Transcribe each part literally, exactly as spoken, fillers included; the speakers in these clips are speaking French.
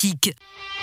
Tic.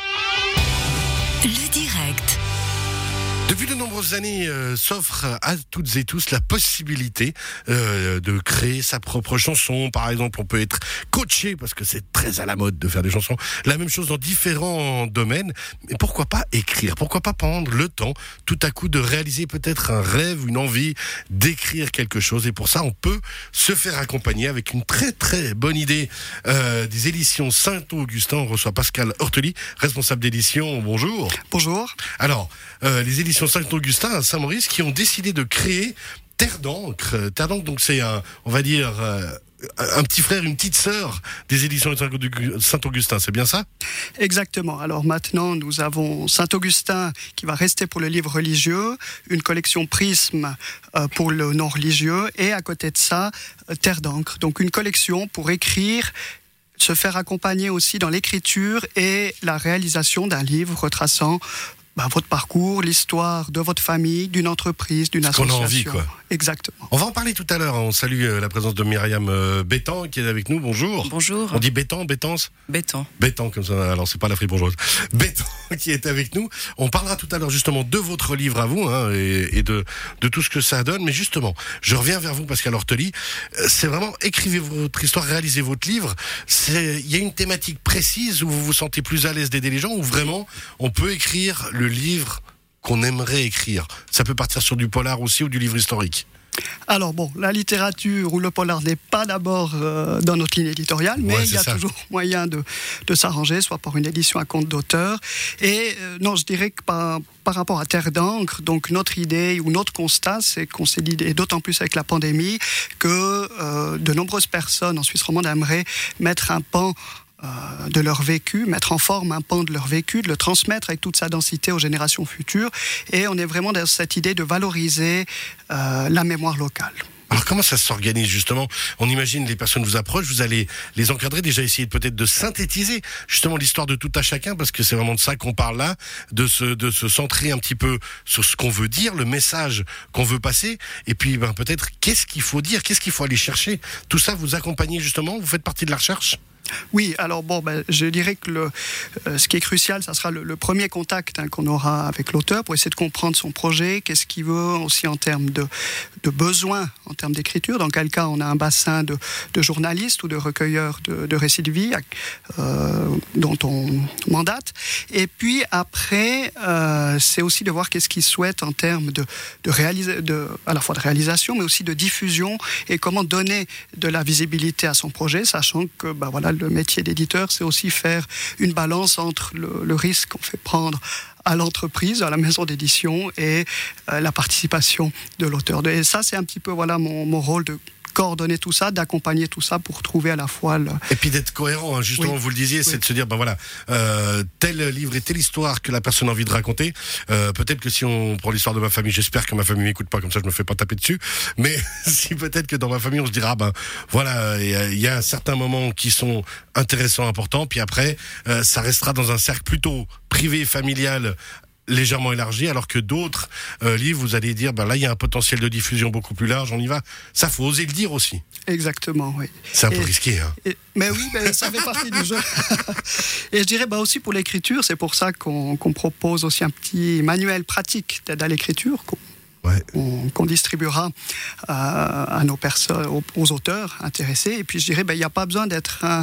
Le direct. Depuis de nombreuses années, euh, s'offre à toutes et tous la possibilité euh, de créer sa propre chanson. Par exemple, on peut être coaché parce que c'est très à la mode de faire des chansons. La même chose dans différents domaines. Mais pourquoi pas écrire? Pourquoi pas prendre le temps, tout à coup, de réaliser peut-être un rêve, une envie d'écrire quelque chose. Et pour ça, on peut se faire accompagner avec une très très bonne idée euh, des éditions Saint-Augustin. On reçoit Pascal Hortely, responsable d'édition. Bonjour. Bonjour. Alors, euh, les éditions Saint-Augustin à Saint-Maurice qui ont décidé de créer Terre d'encre. Terre d'encre, donc c'est un, on va dire, euh, un petit frère, une petite sœur des éditions Saint-Augustin, c'est bien ça? Exactement. Alors maintenant, nous avons Saint-Augustin qui va rester pour le livre religieux, une collection Prisme euh, pour le non religieux, et à côté de ça, euh, Terre d'encre. Donc une collection pour écrire, se faire accompagner aussi dans l'écriture et la réalisation d'un livre retraçant bah, votre parcours, l'histoire de votre famille, d'une entreprise, d'une association. Qu'on a envie, quoi. Exactement. On va en parler tout à l'heure. On salue la présence de Myriam Bétan qui est avec nous. Bonjour. Bonjour. On dit Bétan, Bétance Bétan. Bétan, comme ça. Alors, c'est pas la fribourgeoise. Bétan qui est avec nous. On parlera tout à l'heure justement de votre livre à vous hein, et, et de, de tout ce que ça donne. Mais justement, je reviens vers vous, Pascal Hortely. C'est vraiment écrivez votre histoire, réalisez votre livre. Il y a une thématique précise où vous vous sentez plus à l'aise d'aider les gens, où vraiment on peut écrire le livre qu'on aimerait écrire. Ça peut partir sur du polar aussi ou du livre historique. Alors bon, la littérature ou le polar n'est pas d'abord euh, dans notre ligne éditoriale, mais ouais, il y a ça. toujours moyen de, de s'arranger, soit par une édition à compte d'auteur. Et euh, non, je dirais que par, par rapport à Terre d'encre, donc notre idée ou notre constat, c'est qu'on s'est dit, et d'autant plus avec la pandémie, que euh, de nombreuses personnes en Suisse romande aimeraient mettre un pan Euh, de leur vécu, mettre en forme un pan de leur vécu, de le transmettre avec toute sa densité aux générations futures. Et on est vraiment dans cette idée de valoriser euh, la mémoire locale. Alors comment ça s'organise justement? On imagine les personnes vous approchent, vous allez les encadrer, déjà essayer peut-être de synthétiser justement l'histoire de tout à chacun, parce que c'est vraiment de ça qu'on parle là, de se, de se centrer un petit peu sur ce qu'on veut dire, le message qu'on veut passer, et puis ben, peut-être qu'est-ce qu'il faut dire, qu'est-ce qu'il faut aller chercher. Tout ça, vous accompagnez justement, vous faites partie de la recherche? Oui, alors bon, ben, je dirais que le, euh, ce qui est crucial, ça sera le, le premier contact hein, qu'on aura avec l'auteur pour essayer de comprendre son projet, qu'est-ce qu'il veut aussi en termes de, de besoins, en termes d'écriture, dans quel cas on a un bassin de, de journalistes ou de recueilleurs de, de récits de vie euh, dont on mandate. Et puis après, euh, c'est aussi de voir qu'est-ce qu'il souhaite en termes de, de, réalisa- de à la fois de réalisation, mais aussi de diffusion, et comment donner de la visibilité à son projet, sachant que ben, voilà, le métier d'éditeur, c'est aussi faire une balance entre le, le risque qu'on fait prendre à l'entreprise, à la maison d'édition, et euh, la participation de l'auteur. Et ça, c'est un petit peu voilà, mon, mon rôle de coordonner tout ça, d'accompagner tout ça pour trouver à la fois le... Et puis d'être cohérent, hein, justement, oui. Vous le disiez, c'est oui. de se dire, ben voilà, euh, tel livre et telle histoire que la personne a envie de raconter. Euh, peut-être que si on prend l'histoire de ma famille, j'espère que ma famille m'écoute pas, comme ça je me fais pas taper dessus. Mais si peut-être que dans ma famille on se dira, ben voilà, il y, y a certains moments qui sont intéressants, importants, puis après, euh, ça restera dans un cercle plutôt privé, familial, légèrement élargi, alors que d'autres euh, livres, vous allez dire, ben là, il y a un potentiel de diffusion beaucoup plus large, on y va. Ça, faut oser le dire aussi. Exactement, oui. C'est un et, peu risqué, hein. Et, mais oui, mais ça fait partie du jeu. Et je dirais, bah aussi pour l'écriture, c'est pour ça qu'on, qu'on propose aussi un petit manuel pratique d'aide à l'écriture, qu'on Ouais. On, qu'on distribuera euh, à nos personnes, aux, aux auteurs intéressés. Et puis je dirais, ben, il n'y a pas besoin d'être un,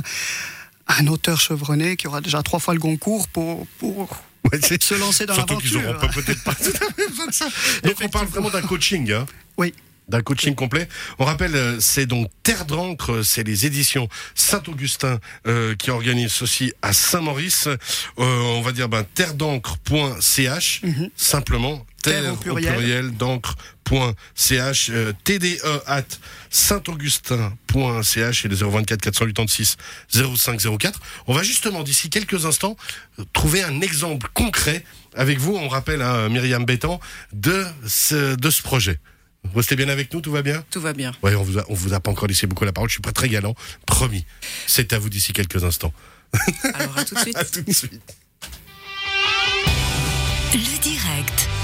un auteur chevronné qui aura déjà trois fois le Goncourt pour, pour ouais, c'est... se lancer dans Surtout l'aventure. Surtout qu'ils n'auront pas, peut-être pas tout à fait besoin de ça. Donc on parle vraiment d'un coaching. Hein. Oui. D'un coaching complet. On rappelle, c'est donc Terre d'encre, c'est les éditions Saint-Augustin euh, qui organisent ceci à Saint-Maurice. Euh, on va dire ben, terre d'encre point c h, mm-hmm. simplement. Terre au pluriel, au pluriel d'encre.ch, euh, T D E at saint-augustin point c h et le zéro vingt-quatre quatre cent quatre-vingt-six zéro cinq zéro quatre. On va justement, d'ici quelques instants, trouver un exemple concret avec vous. On rappelle à hein, Myriam Bétan de ce, de ce projet. Vous restez bien avec nous, tout va bien? Tout va bien. Oui, on vous a, on vous a pas encore laissé beaucoup la parole, je suis pas très galant, promis. C'est à vous d'ici quelques instants. Alors à tout de suite. À tout de suite. Le direct.